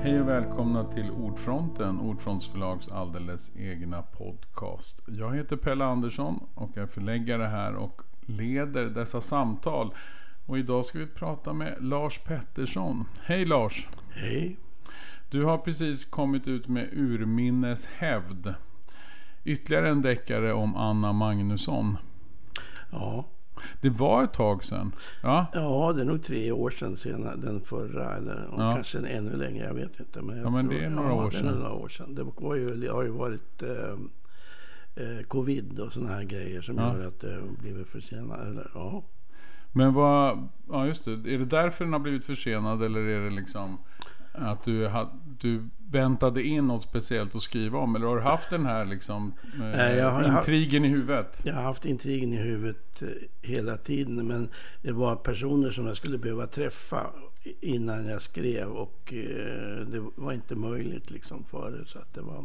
Hej och välkomna till Ordfronten, Ordfrontsförlags alldeles egna podcast. Jag heter Pelle Andersson och är förläggare här och leder dessa samtal. Och idag ska vi prata med Lars Pettersson. Hej Lars! Hej! Du har precis kommit ut med Urminnes hävd. Ytterligare en deckare om Anna Magnusson. Ja. Det var ett tag sedan. Ja, Det är nog 3 år sedan den förra, eller kanske ännu längre, jag vet inte. Men det är några år sedan. Det är några år sedan. Det har ju varit covid och såna här grejer som gör att det blivit försenat. Men just det. Är det därför den har blivit försenad, eller är det liksom att du väntade in något speciellt att skriva om, eller har du haft den här liksom intrigen i huvudet? Jag har haft intrigen i huvudet hela tiden, men det var personer som jag skulle behöva träffa innan jag skrev, och det var inte möjligt liksom för det, så att det var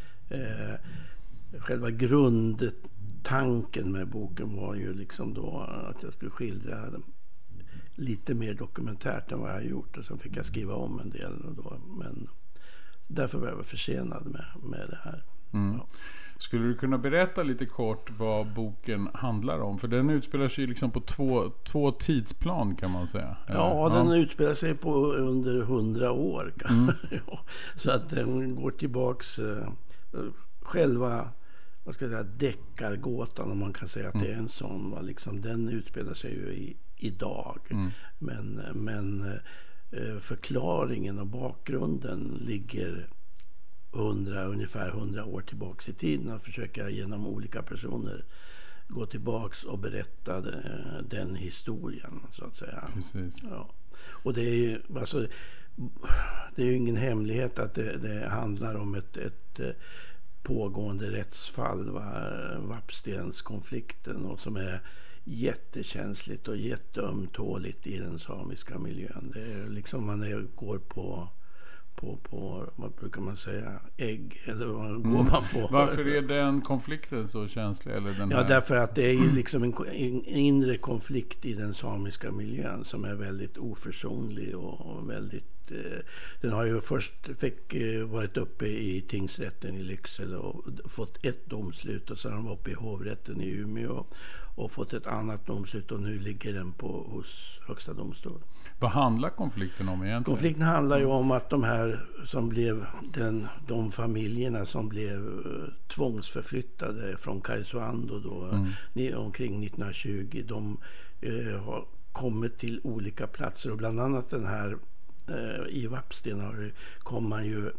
själva grundtanken med boken var ju liksom då att jag skulle skildra lite mer dokumentärt än vad jag har gjort, och sen fick jag skriva om en del men därför var jag försenad med det här. Ja. Skulle du kunna berätta lite kort vad boken handlar om? För den utspelar sig liksom på två tidsplan, kan man säga. Den utspelar sig på under 100 år. Så att den går tillbaks själva, vad ska jag säga, deckargåtan, om man kan säga att det är en sån. Liksom, den utspelar sig ju idag. Men förklaringen och bakgrunden ligger ungefär 100 år tillbaks i tiden, och försöka genom olika personer gå tillbaks och berätta den historien, så att säga. Precis. Ja. Och det är ju det är ju ingen hemlighet att det handlar om ett pågående rättsfall, Vapstenskonflikten, och som är jättekänsligt och jätteömtåligt i den samiska miljön. Det är liksom går på vad brukar man säga, ägg, eller vad går man på? Varför är den konflikten så känslig? Eller därför att det är ju liksom en inre konflikt i den samiska miljön som är väldigt oförsonlig och väldigt, den har ju först varit uppe i tingsrätten i Lycksele och fått ett domslut, och sen har den varit uppe i hovrätten i Umeå och fått ett annat domslut, och nu ligger den hos högsta domstol. Vad handlar konflikten om egentligen? Konflikten handlar ju om att de här som blev de familjerna som blev tvångsförflyttade från Karesuando då, omkring 1920, de har kommit till olika platser, och bland annat den här i Vapsten kom man ju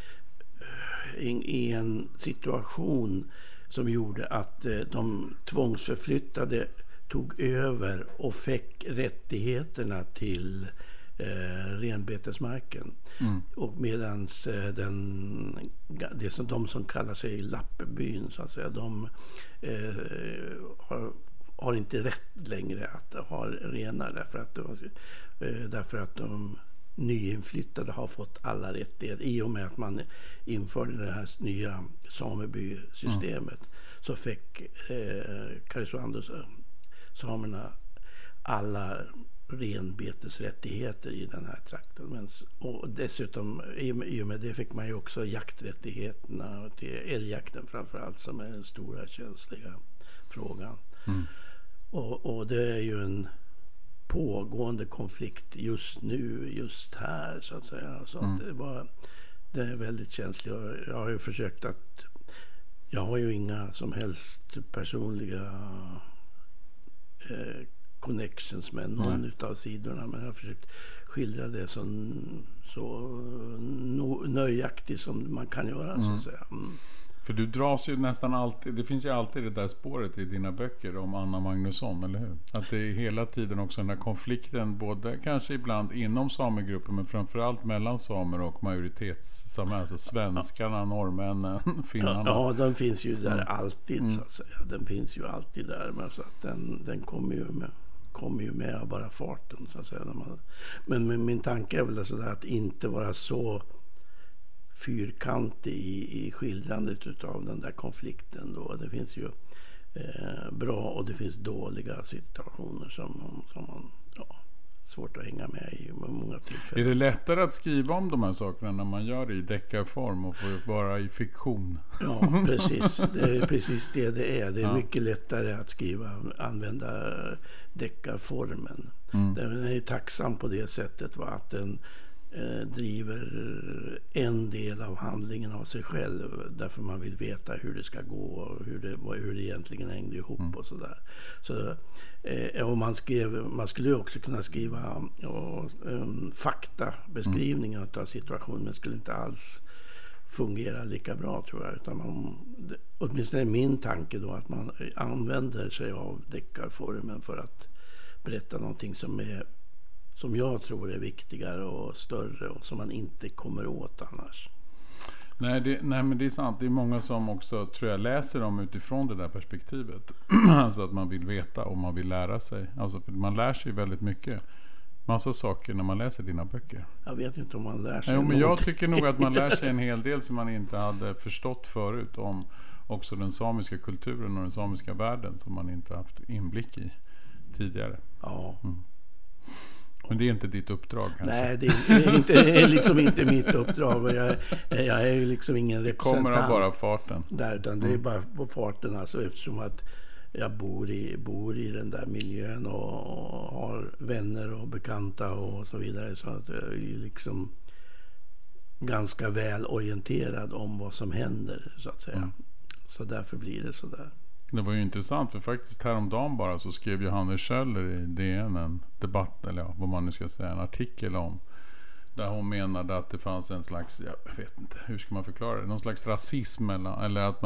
i en situation som gjorde att de tvångsförflyttade tog över och fick rättigheterna till renbetesmarken. Och medans de som kallar sig Lappebyn, så att säga, de har inte rätt längre att ha renar, därför att de nyinflyttade har fått alla rättigheter. I och med att man införde det här nya samebysystemet så fick Karesuando samerna alla renbetesrättigheter i den här trakten. Och dessutom i och med det fick man ju också jakträttigheterna till älgjakten framförallt, som är den stora känsliga frågan. Och det är ju en pågående konflikt just nu, just här, så att säga. Så att det är väldigt känsligt. Jag har ju försökt jag har ju inga som helst personliga connections med någon utav sidorna, men jag har försökt skildra det så nöjaktigt som man kan göra, så att säga. För du dras ju nästan alltid, det finns ju alltid det där spåret i dina böcker om Anna Magnusson, eller hur? Att det är hela tiden också den där konflikten, både kanske ibland inom samegruppen, men framförallt mellan samer och majoritetssamer, alltså svenskarna, norrmännen, finnarna. Ja, den finns ju där alltid, så att säga. Den finns ju alltid där, men så att den kommer ju med av bara farten, så att säga. Men min tanke är väl sådär att inte vara så fyrkantig i skildrandet utav den där konflikten då. Det finns ju bra och det finns dåliga situationer som man svårt att hänga med i många tillfällen. Är det lättare att skriva om de här sakerna när man gör det i deckarform och får vara i fiktion? Ja, precis. Det är precis det är. Det är mycket lättare att använda deckarformen. Den är tacksam på det sättet, va? Att den driver en del av handlingen av sig själv, därför man vill veta hur det ska gå och hur det egentligen hängde ihop och sådär. Så om man skulle ju också kunna skriva faktabeskrivningar av situationen, men skulle inte alls fungera lika bra, tror jag, utan åtminstone är min tanke då att man använder sig av deckarformen för att berätta någonting som jag tror är viktigare och större och som man inte kommer åt annars. Nej, men det är sant. Det är många som också, tror jag, läser dem utifrån det där perspektivet. Alltså att man vill veta och man vill lära sig. Alltså för man lär sig väldigt mycket. Massa saker när man läser dina böcker. Jag vet inte om man lär sig men jag tycker nog att man lär sig en hel del som man inte hade förstått förut om också den samiska kulturen och den samiska världen som man inte haft inblick i tidigare. Ja. Men det är inte ditt uppdrag kanske? Nej, det är liksom inte mitt uppdrag, och jag är ju liksom ingen representant. Det kommer av bara farten. Där, utan det är bara på farten, alltså, eftersom att jag bor i den där miljön och har vänner och bekanta och så vidare, så att jag är liksom ganska väl orienterad om vad som händer, så att säga. Så därför blir det så där. Det var ju intressant, för faktiskt häromdagen bara så skrev Johannes Schöller i DN en debatt, eller vad man nu ska säga, en artikel om, där hon menade att det fanns en slags, jag vet inte, hur ska man förklara det, någon slags rasism eller att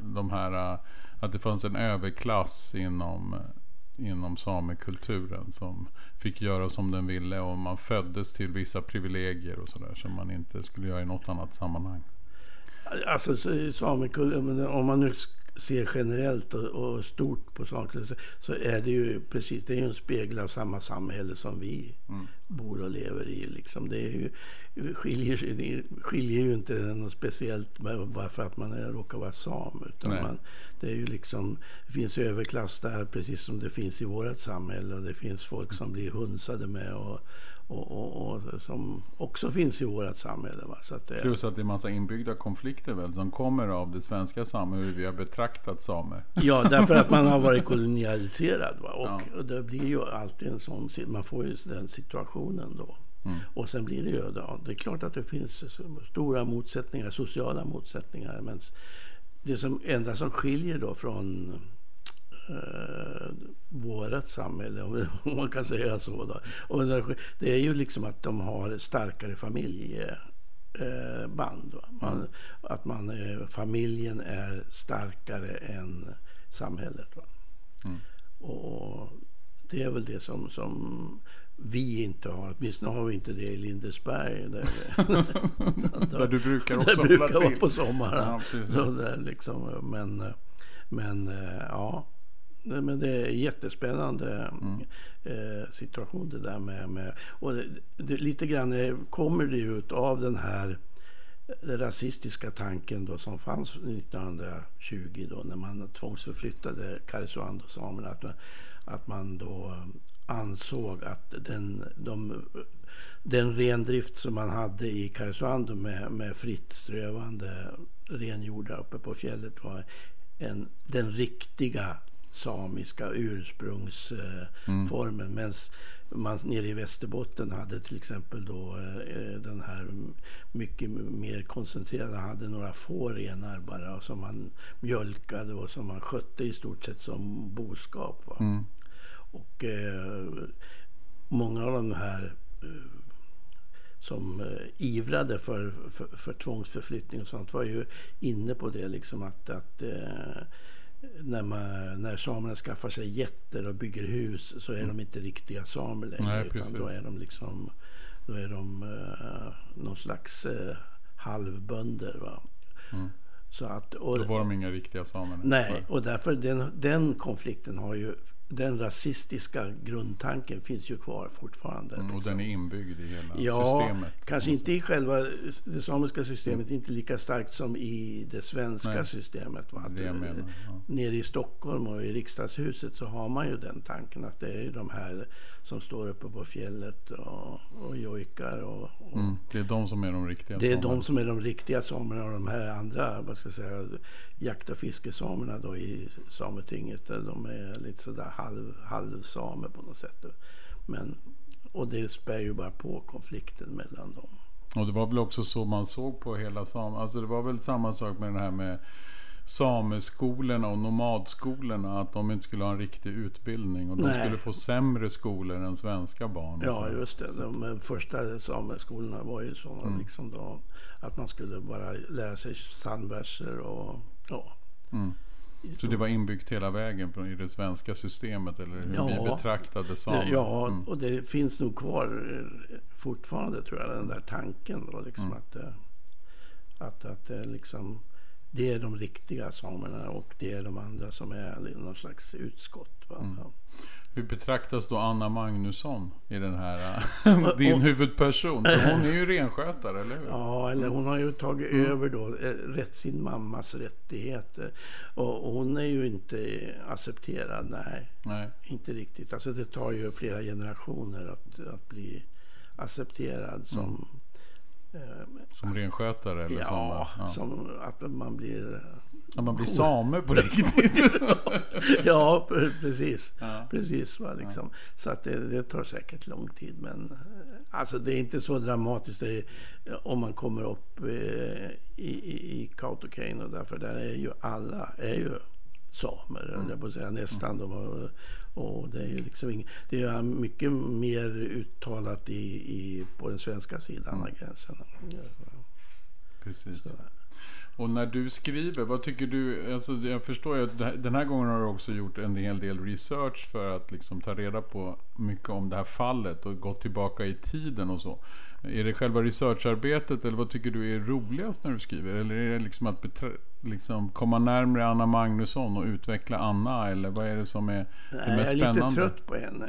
att det fanns en överklass inom samekulturen som fick göra som den ville, och man föddes till vissa privilegier och sådär som man inte skulle göra i något annat sammanhang. Alltså samekulturen, om man nu ser generellt och stort på saker, så är det ju precis, det är ju en spegel av samma samhälle som vi bor och lever i liksom. Det är ju, skiljer ju inte något speciellt bara för att man råkar vara sam, utan det är ju liksom, det finns överklass där precis som det finns i vårt samhälle, och det finns folk som blir hunsade med och som också finns i vårt samhälle, va? Så att plus att det är massa inbyggda konflikter väl som kommer av det svenska samhället, hur vi har betraktat samer. Ja, därför att man har varit kolonialiserad, va? Och det blir ju alltid en sån, man får ju den situationen då. Och sen blir det ju då, det är klart att det finns stora motsättningar, sociala motsättningar, men det enda som skiljer då från vårat samhälle, om man kan säga så då. Och det är ju liksom att de har starkare familjeband, va? Familjen är starkare än samhället, va? Och det är väl det som vi inte har. Åtminstone har vi inte det i Lindesberg. Där du brukar också där brukar vara på sommaren. Ja, så där liksom. Men ja. Men det är jättespännande situation det där med och det lite grann kommer det ut av den här rasistiska tanken då som fanns 1920 då, när man tvångsförflyttade Karesuando-samerna, att man då ansåg att den rendrift som man hade i Karesuando med fritt strövande renjordar uppe på fjället var den riktiga samiska ursprungsformen, medan man nere i Västerbotten hade till exempel då den här mycket mer koncentrerade, hade några få renar bara som man mjölkade och som man skötte i stort sett som boskap, va? Och många av de här som ivrade för tvångsförflyttning och sånt var ju inne på det liksom att när samerna skaffar sig jätter och bygger hus så är de inte riktiga samer längre. Nej, utan då är de någon slags halvbönder, va? Så att, då var de inga riktiga samer. Nej, och därför den konflikten har ju den rasistiska grundtanken finns ju kvar fortfarande. Och den är inbyggd i hela systemet. Kanske inte i själva det samiska systemet, inte lika starkt som i det svenska systemet. Va? Det jag menar, Nere i Stockholm och i riksdagshuset så har man ju den tanken att det är de här som står uppe på fjället och jojkar. Det är de som är de riktiga det är samerna. de som är de riktiga samerna, och de här andra, vad ska jag säga, jakt- och fiskesamerna då i Sametinget, de är lite sådär halvsamer på något sätt. Och det spär ju bara på konflikten mellan dem. Och det var väl också så man såg på hela alltså det var väl samma sak med det här med sameskolorna och nomadskolorna, att de inte skulle ha en riktig utbildning och de skulle få sämre skolor än svenska barn. Ja, just det. De första sameskolorna var ju sådana liksom då, att man skulle bara lära sig psalmverser och Så det var inbyggt hela vägen i det svenska systemet, eller hur vi betraktade samer? Ja, och det finns nog kvar fortfarande, tror jag, den där tanken då, liksom att liksom, det är de riktiga samerna och det är de andra som är någon slags utskott. Va? Hur betraktas då Anna Magnusson i den här din huvudperson? För hon är ju renskötare, eller hur? Ja, eller hon har ju tagit över då sin mammas rättigheter, och hon är ju inte accepterad, nej, inte riktigt. Alltså det tar ju flera generationer att bli accepterad som renskötare, eller som att man blir same på riktigt. Ja, precis. Precis, va, liksom. Så att det tar säkert lång tid, men alltså det är inte så dramatiskt om man kommer upp i Kautokeino, därför där är ju alla samer, jag på säga, nästan och det är ju liksom det är mycket mer uttalat på den svenska sidan av gränsen. Precis. Så. Och när du skriver, vad tycker du, alltså jag förstår ju att den här gången har du också gjort en hel del research för att liksom ta reda på mycket om det här fallet och gått tillbaka i tiden och så. Är det själva researcharbetet, eller vad tycker du är roligast när du skriver? Eller är det liksom att komma närmare Anna Magnusson och utveckla Anna, eller vad är det som är det mest spännande? Jag är lite trött på henne.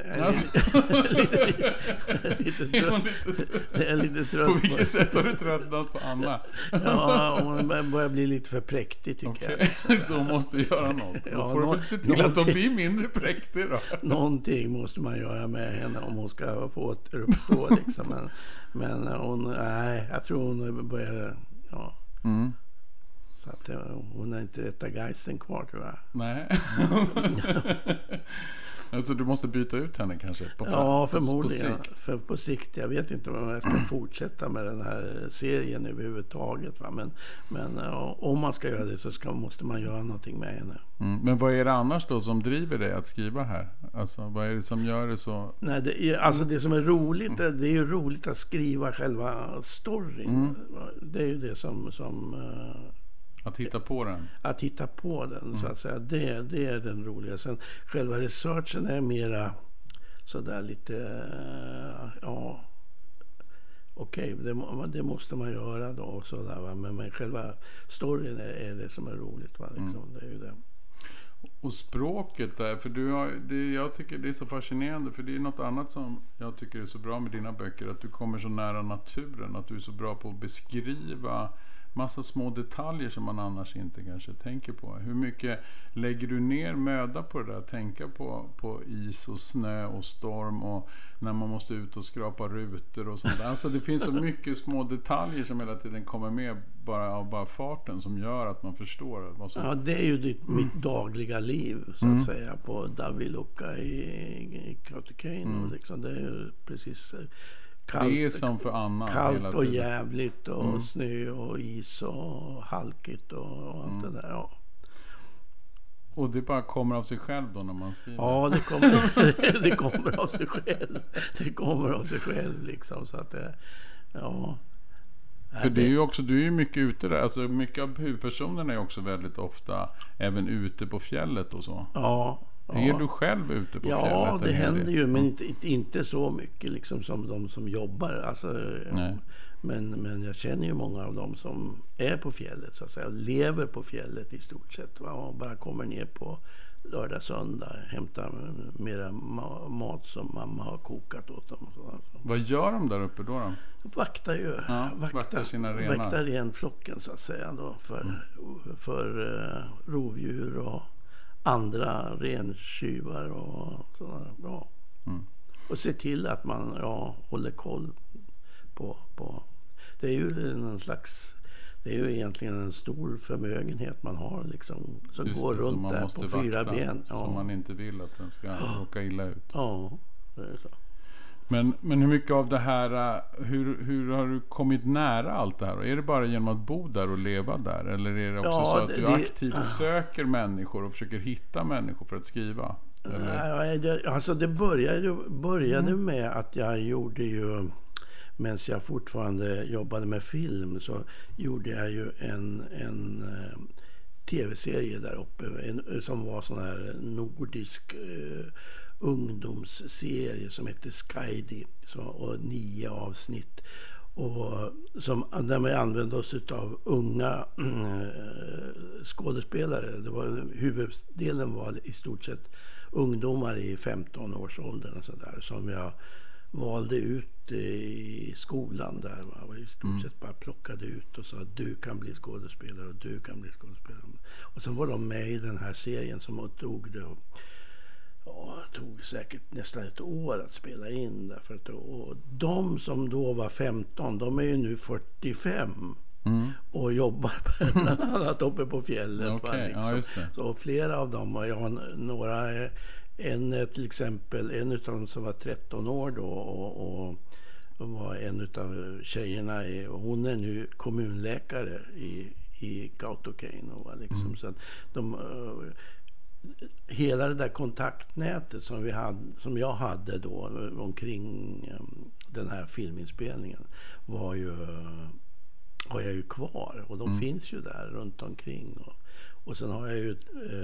Jag är lite trött. På vilket sätt har du tröttnat på Anna? Ja, hon börjar bli lite för präktig, tycker jag. Så måste göra något. Då får du väl se till att de blir mindre präktig då. Någonting måste man göra med henne om hon ska få ett uppstå liksom. Men jag tror hon börjar, så att hon är inte rätta geisten kvar, tror jag. Nej. Alltså du måste byta ut henne kanske? Förmodligen. På sikt. Jag vet inte om jag ska fortsätta med den här serien överhuvudtaget. Va? Men om man ska göra det så måste man göra någonting med henne. Men vad är det annars då som driver dig att skriva här? Alltså vad är det som gör det så? Nej, det som är roligt, det är ju roligt att skriva själva storyn. Det är ju det som att hitta på den. Att hitta på den, så att säga. Det är den roliga. Sen själva researchen är mera sådär lite, okej, det måste man göra då och sådär, va? Men själva storyn är det som är roligt, va? Liksom, det är ju det. Och språket där, för jag tycker det är så fascinerande, för det är något annat som jag tycker är så bra med dina böcker, att du kommer så nära naturen, att du är så bra på att beskriva massa små detaljer som man annars inte kanske tänker på. Hur mycket lägger du ner möda på det där? Tänka på is och snö och storm och när man måste ut och skrapa rutor och sånt där. Alltså det finns så mycket små detaljer som hela tiden kommer med bara farten, som gör att man förstår vad som... Ja, det är ju mitt dagliga liv, så att säga, på Davilukka i Kautokeino. Liksom. Det är ju precis... Kallt, det är som för Anna. Kallt och jävligt och snö och is och halkigt och allt det där. Ja. Och det bara kommer av sig själv då när man skriver? Ja, det kommer av sig själv. Det kommer av sig själv liksom. Så att för det är ju också, du är ju mycket ute där. Alltså mycket av huvudpersonerna är också väldigt ofta även ute på fjället och så. Ja. Är du själv ute på fjället? Ja, det händer ju, men inte så mycket liksom som de som jobbar. Alltså, men jag känner ju många av dem som är på fjället, så att säga, lever på fjället i stort sett, va? Och bara kommer ner på lördag, söndag. Hämta mera mat som mamma har kokat åt dem. Och så. Vad gör de där uppe då? Vaktar ju. Vaktar sina renar. Vaktar renflocken så att säga då. För rovdjur och andra rentjuvar och sådana. Ja. Och se till att man håller koll på. Det är ju en slags... Det är ju egentligen en stor förmögenhet man har liksom, som går runt där på 4 ben. Ja. Som man inte vill att den ska råka illa ut. Ja, det är så. Men hur mycket av det här, hur har du kommit nära allt det här? Är det bara genom att bo där och leva där? Eller är det också så att du aktivt söker människor och försöker hitta människor för att skriva? Nej, alltså det började med att jag gjorde ju... Medan jag fortfarande jobbade med film så gjorde jag ju en tv-serie där uppe som var sån här nordisk ungdomsserie som hette Skaidi och 9 avsnitt och där man använde oss av unga skådespelare. Huvuddelen var i stort sett ungdomar i 15-årsåldern och så där som jag valde ut i skolan där. Man i stort sett bara plockade ut och sa att du kan bli skådespelare och du kan bli skådespelare. Och sen var de med i den här serien som tog säkert nästan ett år att spela in. Därför att, och de som då var 15, de är ju nu 45 och jobbar bland annat uppe på fjället. Okay, liksom. Så flera av dem, och jag har några... till exempel en av dem som var 13 år då och var en av tjejerna hon är nu kommunläkare i Kautokeino liksom. Så att hela det där kontaktnätet som jag hade då omkring den här filminspelningen har jag ju kvar och de finns ju där runt omkring och sen har jag ju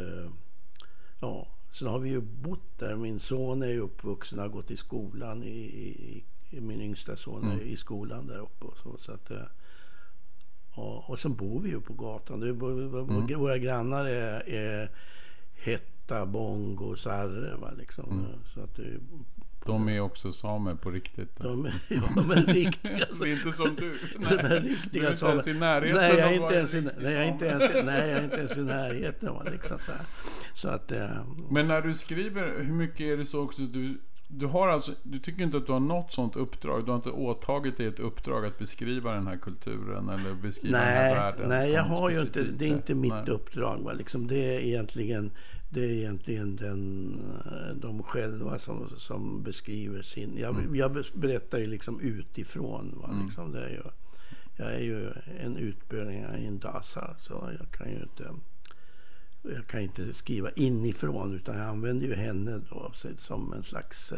sen har vi ju bott där. Min son är ju uppvuxen och har gått i skolan min yngsta son är i skolan där uppe och så att och sen bor vi ju på gatan. Våra grannar är Hetta, Bongo, Sarre liksom. Så att de är också samer på riktigt. De är riktiga. Det är inte som du. Nej, de är riktiga du är inte ens i närheten. Nej, jag är inte ens i närheten. Liksom, så att, men när du skriver, hur mycket är det så också du har alltså, du tycker inte att du har något sånt uppdrag, du har inte åtagit dig ett uppdrag att beskriva den här kulturen eller beskriva den här världen? Nej, jag har ju inte, det är inte mitt uppdrag. Va? Liksom, det är egentligen de själva som beskriver sin... Jag berättar ju liksom utifrån. Va? Liksom, jag är ju en utbildning i en dasa, så jag kan inte skriva inifrån, utan jag använder ju henne då som en slags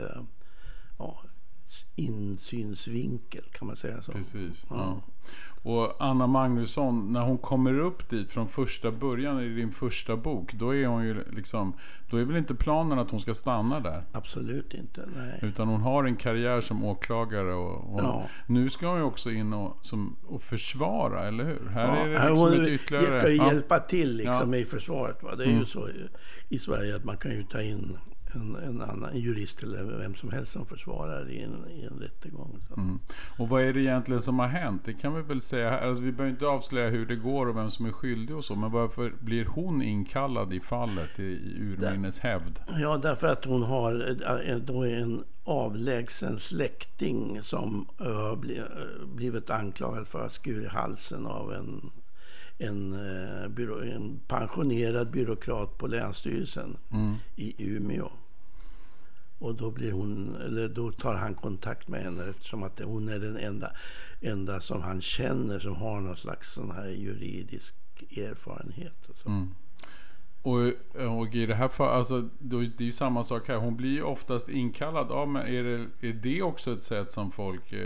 insynsvinkel, kan man säga så. Precis, ja. Och Anna Magnusson, när hon kommer upp dit från första början i din första bok, då är hon ju liksom, då är väl inte planen att hon ska stanna där? Absolut inte, nej. Utan hon har en karriär som åklagare och nu ska hon ju också in och försvara, eller hur? Här är det liksom ett ytterligare... Jag ska ju hjälpa till liksom i försvaret, va? Det är ju så i Sverige att man kan ju ta in en jurist eller vem som helst som försvarar i en rättegång. Och vad är det egentligen som har hänt? Det kan vi väl säga här. Alltså, vi behöver inte avslöja hur det går och vem som är skyldig och så. Men varför blir hon inkallad i fallet i urminnes hävd? Ja, därför att hon har då en avlägsen släkting som blivit anklagad för att skura halsen av en pensionerad byråkrat på länsstyrelsen i Umeå. Och då tar han kontakt med henne eftersom att hon är den enda som han känner som har någon slags sån här juridisk erfarenhet och så. Och i det här fallet, alltså, det är ju samma sak här. Hon blir ju oftast inkallad. Ja, men är det också ett sätt som folk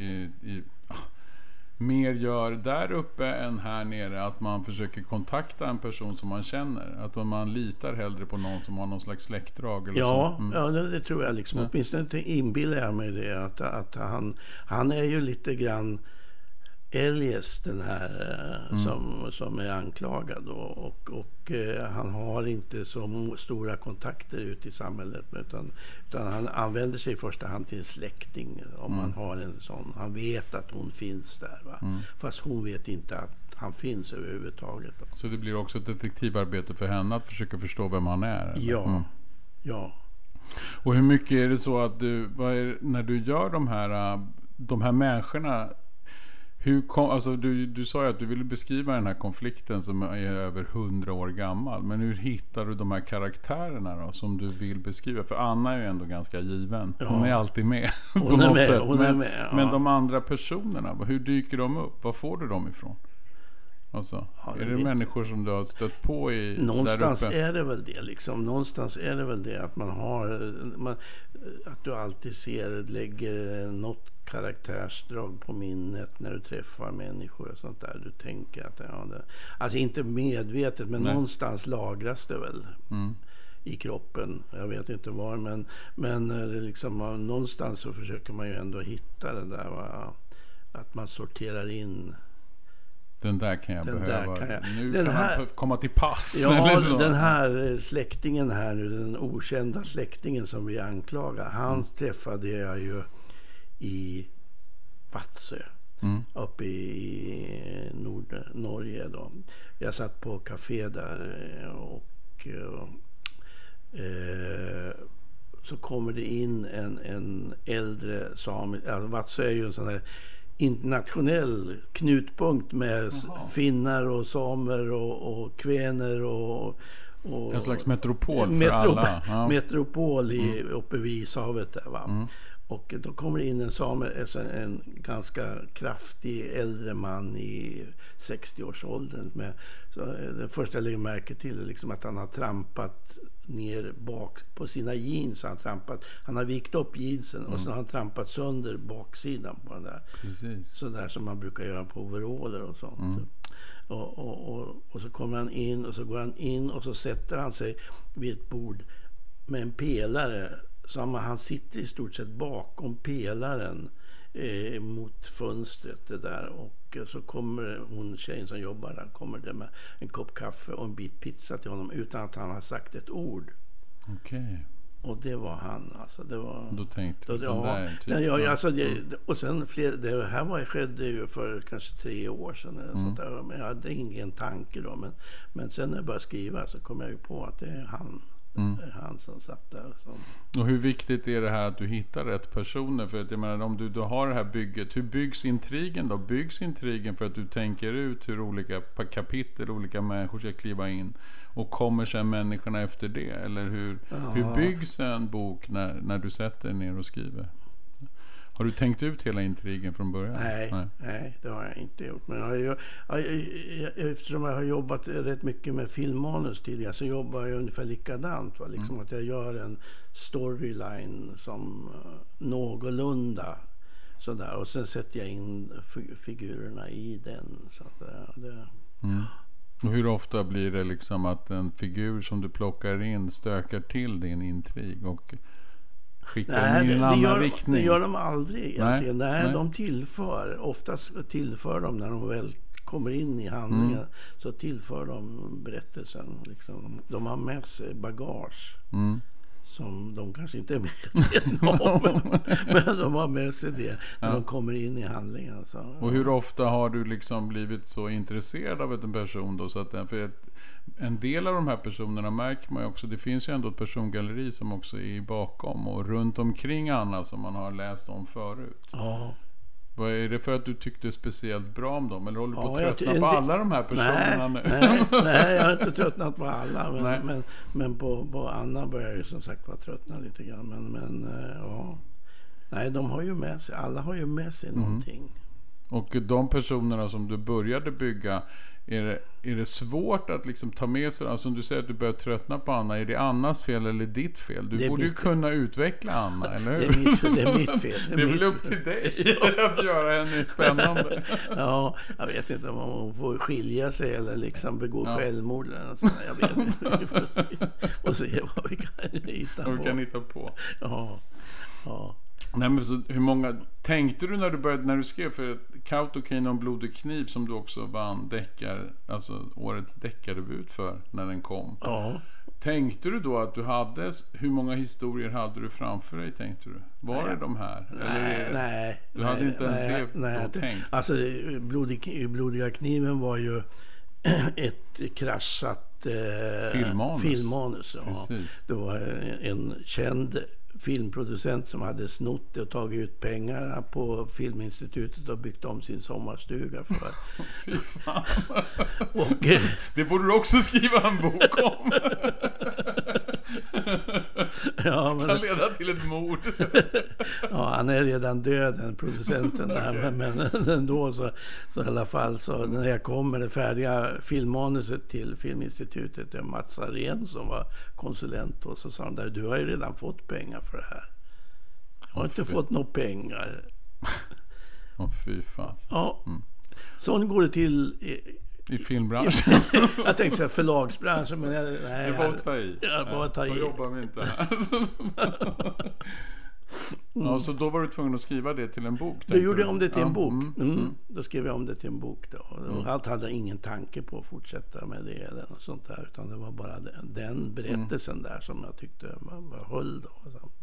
mer gör där uppe än här nere, att man försöker kontakta en person som man känner, att man litar hellre på någon som har någon slags släktdrag eller så. Ja, det tror jag liksom. Åtminstone inbillar jag mig det, att han är ju lite grann Elias, den här som är anklagad och han har inte så stora kontakter ute i samhället, utan han använder sig i första hand till en släkting om man har en sån. Han vet att hon finns där, va? Fast hon vet inte att han finns överhuvudtaget. Så det blir också ett detektivarbete för henne att försöka förstå vem han är? Eller? Ja. Och hur mycket är det så att när du gör de här människorna, alltså du sa ju att du ville beskriva den här konflikten som är över 100 år gammal, men hur hittar du de här karaktärerna då som du vill beskriva? För Anna är ju ändå ganska given. Hon är alltid med på något sätt. Men de andra personerna, hur dyker de upp? Var får du dem ifrån? Alltså, är det människor som du har stött på någonstans där uppe? Är det väl det liksom. Någonstans är det väl det att att du alltid lägger något karaktärsdrag på minnet när du träffar människor och sånt där. Du tänker att alltså inte medvetet, men någonstans lagras det väl i kroppen. Jag vet inte var, men det liksom, någonstans så försöker man ju ändå hitta det där, att man sorterar in. Den där kan jag behöva. Nu den kan man komma till pass. Ja, den här släktingen här nu, den okända släktingen som vi anklagar, han träffade jag ju i Vadsö, uppe i Norge då. Jag satt på café där och så kommer det in en äldre same. Vadsö är ju en sån där internationell knutpunkt med finnar och samer och kvener och en slags metropol för alla. Ja. Metropol uppe vid Ishavet där, va. Och då kommer in en same, en ganska kraftig äldre man i 60-årsåldern. Så det första jag lägger märke till är liksom att han har trampat ner bak på sina jeans. Han har vikt upp jeansen och så har han trampat sönder baksidan på den där. Precis. Så där som man brukar göra på overaller och sånt. Och så kommer han in och så går han in och så sätter han sig vid ett bord med en pelare. Så han sitter i stort sett bakom pelaren mot fönstret det där, och så kommer hon, tjejen som jobbar där, kommer det med en kopp kaffe och en bit pizza till honom utan att han har sagt ett ord. Okej. Och det var han, alltså. Det var, då tänkte du och sen det här skedde ju för kanske 3 år sedan eller sånt där, men jag hade ingen tanke då, men sen när jag började skriva så kom jag ju på att det är han. Det är han som satt där. Och hur viktigt är det här att du hittar rätt personer? För att jag menar, om du har det här bygget, hur byggs intrigen då? Byggs intrigen för att du tänker ut hur olika kapitel, olika människor ska kliva in, och kommer sen människorna efter det? Eller hur byggs en bok när du sätter ner och skriver? Har du tänkt ut hela intrigen från början? Nej, det har jag inte gjort. Men eftersom jag har jobbat rätt mycket med filmmanus tidigare, så jobbar jag ungefär likadant. Va? Liksom att jag gör en storyline som någorlunda sådär. Och sen sätter jag in figurerna i den. Så Och hur ofta blir det liksom att en figur som du plockar in stökar till din intrig och skickar in en annan riktning? Det gör de aldrig egentligen. Nej. De tillför. Oftast tillför de, när de väl kommer in i handlingen, så tillför de berättelsen. Liksom. De har med sig bagage som de kanske inte är medvetna om. Men de har med sig det när de kommer in i handlingen. Så. Och hur ofta har du liksom blivit så intresserad av en person då, så att för en del av de här personerna märker man ju också, det finns ju ändå ett persongalleri som också är bakom och runt omkring Anna som man har läst om förut. Ja. Vad är det för att du tyckte speciellt bra om dem? Eller håller du på att tröttna på alla de här personerna nu? Nej, jag har inte tröttnat på alla. Men på Anna börjar ju som sagt vara tröttna lite grann. Men nej, de har ju med sig, alla har ju med sig någonting. Och de personerna som du började bygga, är det svårt att liksom ta med sig, alltså om du säger att du börjar tröttna på Anna, är det Annas fel eller ditt fel? Du borde ju kunna utveckla Anna, eller hur? Det är mitt fel. Det är väl upp till dig att göra henne spännande. Ja, jag vet inte om hon får skilja sig eller liksom begå självmord eller något sånt. Jag vet inte. Vi får se vad vi kan hitta på. Ja. Nej, men så, hur många tänkte du när du skrev för Kautokeino och en blodig kniv som du också vann alltså årets deckardebut för när den kom? Ja. Tänkte du då att du hade, hur många historier hade du framför dig, tänkte du? Var det de här? Nej. Du hade inte ens det tänkt? Alltså, blodiga kniven var ju ett kraschat filmmanus. Ja. Det var en känd filmproducent som hade snott det och tagit ut pengarna på Filminstitutet och byggt om sin sommarstuga för. Fy fan. Det borde du också skriva en bok om. Ja, men kan leda till ett mord. Ja, han är redan död, den producenten där. Okay. Men ändå så i alla fall så när jag kom med det färdiga filmmanuset till Filminstitutet, det är Mats Arén som var konsulent, och så sa han där, du har ju redan fått pengar för det här. Jag har inte fått några pengar. Fy fan. Ja. Så går det till i filmbranschen. Jag tänkte säga förlagsbranschen, men nej. Det var att ta i. Så jobbar vi inte här. Ja, så då var du tvungen att skriva det till en bok. Då gjorde jag om det till en bok. Då skrev jag om det till en bok då. Allt hade ingen tanke på att fortsätta med det eller något sånt där, utan det var bara den berättelsen där som jag tyckte var höll då.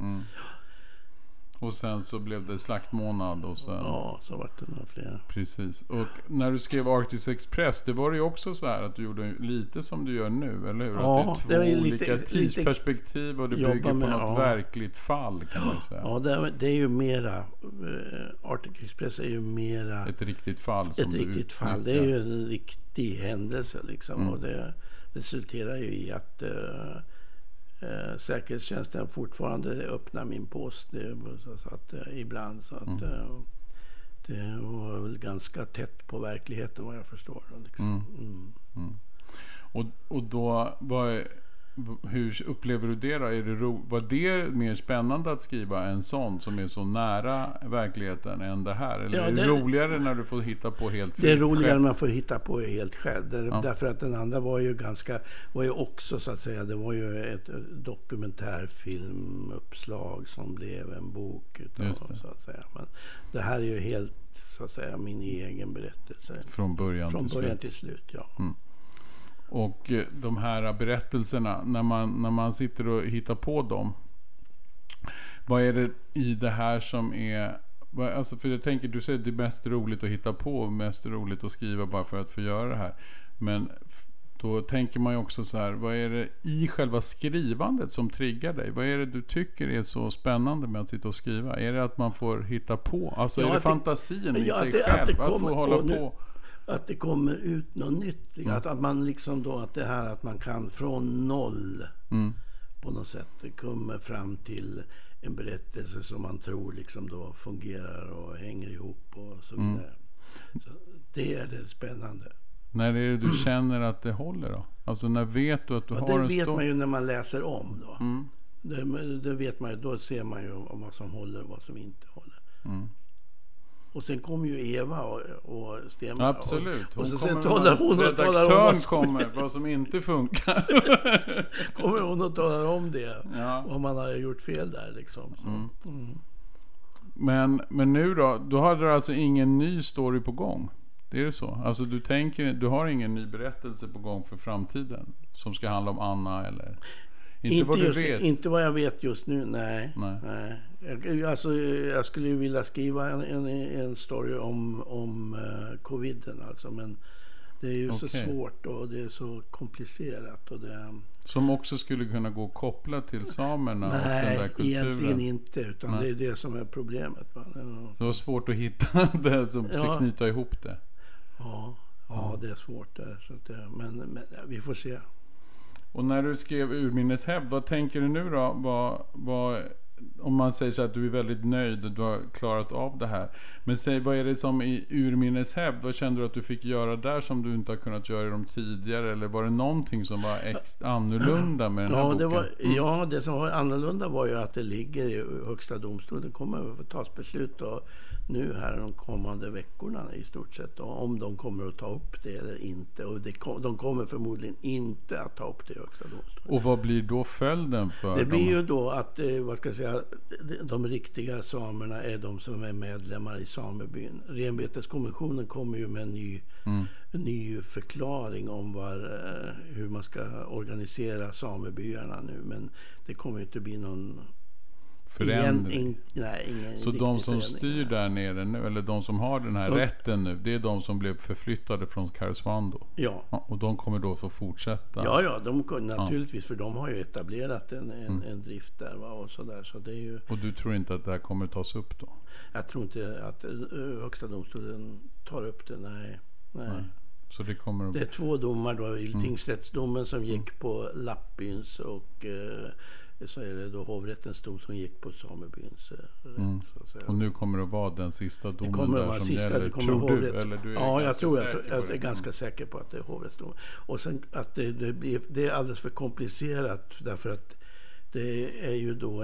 Och sen så blev det slaktmånad och sen... Ja, så var det några fler. Precis. Och när du skrev Arctic Express, det var ju också så här att du gjorde lite som du gör nu, eller hur? Ja, att det är två olika tidsperspektiv och det bygger på något verkligt fall, kan man säga. Ja, det är ju mera... Arctic Express är ju mera... Ett riktigt fall som ett riktigt fall. Det är ju en riktig händelse liksom. Och det resulterar ju i att... säkerhetstjänsten fortfarande öppnar min post så att, ibland så att det var väl ganska tätt på verkligheten vad jag förstår liksom. Och då hur upplever du det då? Var det mer spännande att skriva en sån som är så nära verkligheten än det här? Eller är det roligare när du får hitta på helt fritt? Det är roligare när man får hitta på helt själv. Därför att den andra var ju också så att säga, det var ju ett dokumentärfilmuppslag som blev en bok utav, så att säga. Men det här är ju helt så att säga min egen berättelse. Från början till slut, ja. Och de här berättelserna, när man sitter och hittar på dem, vad är det i det här som är, alltså för jag tänker, du säger att det är mest roligt att hitta på och mest roligt att skriva bara för att få göra det här, men då tänker man ju också så här, vad är det i själva skrivandet som triggar dig? Vad är det du tycker är så spännande med att sitta och skriva? Är det att man får hitta på? Alltså är det fantasin i sig själv att få hålla på? Att det kommer ut något nytt. Att man liksom då, att det här att man kan från noll på något sätt kommer fram till en berättelse som man tror liksom då fungerar och hänger ihop och så vidare. Så det är det spännande. När är det du känner att det håller då? Alltså när vet du att du har en det vet man ju när man läser om då. Det vet man ju, då ser man ju vad som håller och vad som inte håller. Och sen kommer ju Eva och Stenberg. Absolut. Och så talar hon kommer vad som inte funkar. Kommer hon och talar om det. Ja. Vad man har gjort fel där liksom. Men nu då hade du alltså ingen ny story på gång. Det är det så? Alltså du har ingen ny berättelse på gång för framtiden som ska handla om Anna eller... Inte vad jag vet just nu, nej. Jag skulle ju vilja skriva en story om coviden alltså, men det är ju så svårt och det är så komplicerat och det... Som också skulle kunna gå kopplat till samerna och den där kulturen. Nej, egentligen inte, utan det är det som är problemet. Det var svårt att hitta det som ska knyta ihop det. Ja, det är svårt där, så att men vi får se. Och när du skrev Urminneshävd, vad tänker du nu då? Vad, om man säger så att du är väldigt nöjd, du har klarat av det här. Men säg, vad är det som i Urminneshävd? Vad kände du att du fick göra där som du inte har kunnat göra i de tidigare? Eller var det någonting som var annorlunda med den här boken? Det som var annorlunda var ju att det ligger i högsta domstolen. Det kommer att tas beslut och nu här de kommande veckorna i stort sett. Om de kommer att ta upp det eller inte. Och de kommer förmodligen inte att ta upp det i högsta domstolen. Och vad blir då följden för det blir ju då att de riktiga samerna är de som är medlemmar i samebyn. Renbeteskommissionen kommer ju med en ny förklaring om hur man ska organisera samebyarna nu. Men det kommer ju inte bli någon förändring. Så de som styr där nere nu, eller de som har den här rätten nu, det är de som blev förflyttade från Karesuando. Ja. Och de kommer då få fortsätta. Ja, naturligtvis, för de har ju etablerat en drift där, va, och så där, så det är ju. Och du tror inte att det här kommer tas upp då? Jag tror inte att högsta domstolen tar upp det, nej. Så det kommer det är 2 domar då, i tingsrättsdomen som gick på Lappbyns och så är det då hovrättens dom som gick på samebyns rätt, så att säga. Och nu kommer det att vara den sista domen det kommer där vara som sista, gäller. det kommer Tror du? Eller du är jag tror säker jag är ganska säker på att det är hovrättsdom. Och sen att det är alldeles för komplicerat, därför att det är ju då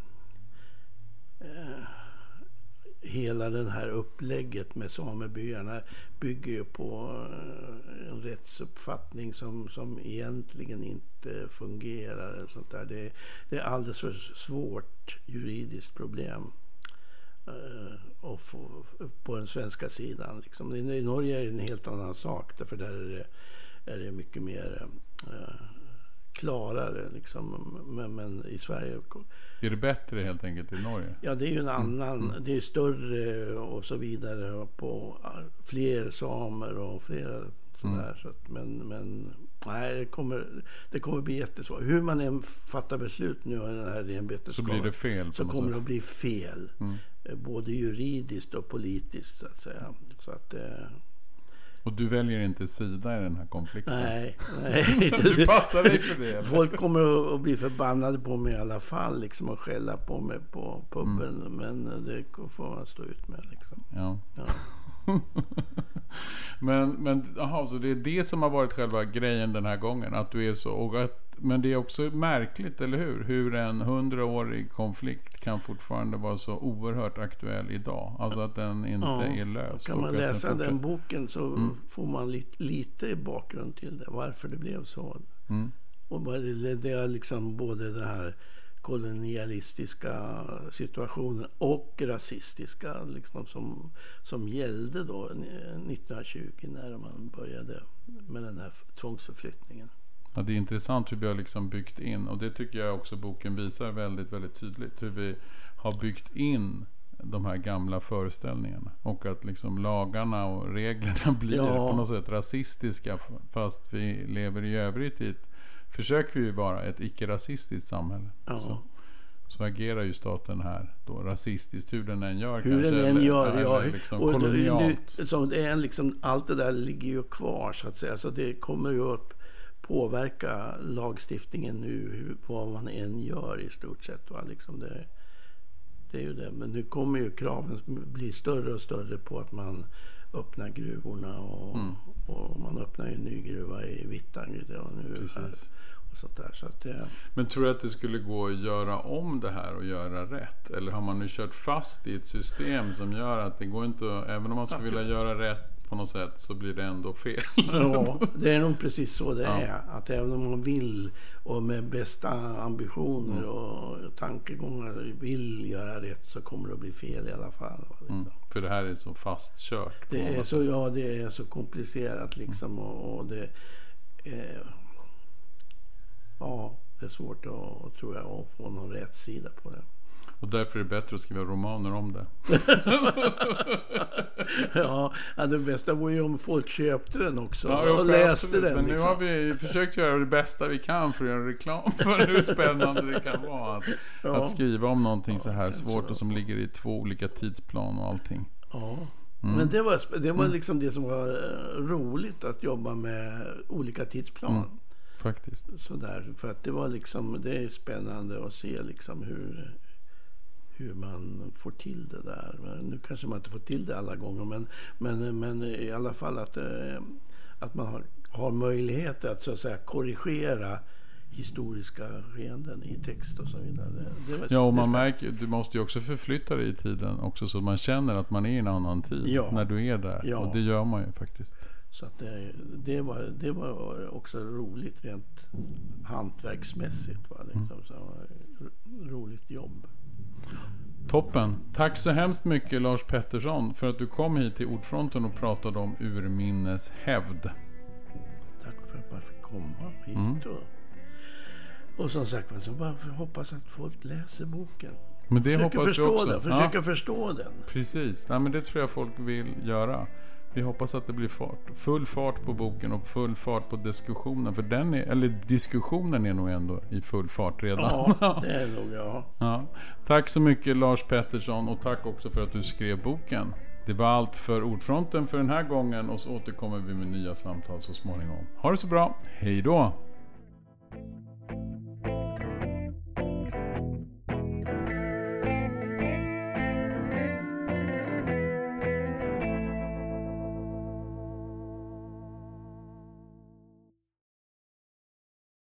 hela den här upplägget med samebyarna bygger ju på en rättsuppfattning som egentligen inte fungerar. Sånt där. Det är alldeles för svårt juridiskt problem att få på den svenska sidan. Liksom. I Norge är det en helt annan sak, därför där är det mycket mer klarare liksom, men i Sverige är det bättre helt enkelt i Norge? Ja, det är ju en annan, det är större och så vidare, på fler samer och flera sådär, så att, men nej, det kommer bli jättesvårt. Hur man än fattar beslut nu i den här renbetesskalan, så blir det fel, så kommer det att bli fel, både juridiskt och politiskt, så att säga, så att och du väljer inte sida i den här konflikten? Nej. Du passar dig för det, eller? Folk kommer att bli förbannade på mig i alla fall, liksom, och skälla på mig på puben, men det får man stå ut med, liksom. Ja. men aha, så det är det som har varit själva grejen den här gången, att du är så, men det är också märkligt, eller hur en 100-årig konflikt kan fortfarande vara så oerhört aktuell idag, alltså att den inte är löst. Kan man läsa den boken så får man lite bakgrund till det, varför det blev så. Och det är liksom både det här kolonialistiska situationen och rasistiska, liksom, som gällde då 1920 när man började med den här tvångsförflyttningen. Ja, det är intressant hur vi har liksom byggt in, och det tycker jag också boken visar väldigt, väldigt tydligt, hur vi har byggt in de här gamla föreställningarna, och att liksom lagarna och reglerna blir på något sätt rasistiska, fast vi lever i övrigt i försöker vi ju vara ett icke-rasistiskt samhälle. Så agerar ju staten här då rasistiskt, hur den än gör, hur kanske, den än gör, eller liksom kolonialt. Så det är liksom, allt det där ligger ju kvar, så att säga, så det kommer ju att påverka lagstiftningen nu, vad man än gör i stort sett, va? Liksom det är ju det, men nu kommer ju kraven bli större och större på att man öppnar gruvorna och man öppnar en ny gruva i Vittangi och nu och sånt där, så att Men tror du att det skulle gå att göra om det här och göra rätt, eller har man nu kört fast i ett system som gör att det går inte att, även om man skulle vilja göra rätt på något sätt, så blir det ändå fel? Ja, det är nog precis så det är, att även om man vill och med bästa ambitioner och tankegångar vill göra rätt, så kommer det att bli fel i alla fall, liksom. För det här är så fastkört. Det är så komplicerat, liksom, och det det är svårt att, tror jag, att få någon rätt sida på det. Och därför är det bättre att skriva romaner om det. Ja, det bästa vore ju om folk köpte den också och läste den. Men nu har vi försökt göra det bästa vi kan för att göra reklam för hur spännande det kan vara att skriva om någonting så här svårt och som ligger i 2 olika tidsplan och allting. Ja. Men det var liksom det som var roligt, att jobba med olika tidsplan. Faktiskt. Så där, för att det var liksom, det är spännande att se liksom hur man får till det där. Nu kanske man inte får till det alla gånger, men i alla fall att man har möjlighet att, så att säga, korrigera historiska skeenden i text och så vidare. Ja, och man märker, du måste ju också förflytta dig i tiden också, så man känner att man är i en annan tid när du är där. Ja. Och det gör man ju faktiskt. Så att det var också roligt rent hantverksmässigt. Liksom. Så roligt jobb. Toppen. Tack så hemskt mycket Lars Pettersson för att du kom hit till Ordfronten och pratade om urminnes hävd. Tack för att man fick komma hit. Och som sagt, så bara hoppas att folk läser boken. Men det hoppas vi också. Försöka förstå den. Precis. Nej, men det tror jag folk vill göra. Vi hoppas att det blir full fart på boken och full fart på diskussionen. För diskussionen är nog ändå i full fart redan. Ja, det är nog ja. Tack så mycket Lars Pettersson, och tack också för att du skrev boken. Det var allt för Ordfronten för den här gången, och så återkommer vi med nya samtal så småningom. Ha det så bra. Hej då!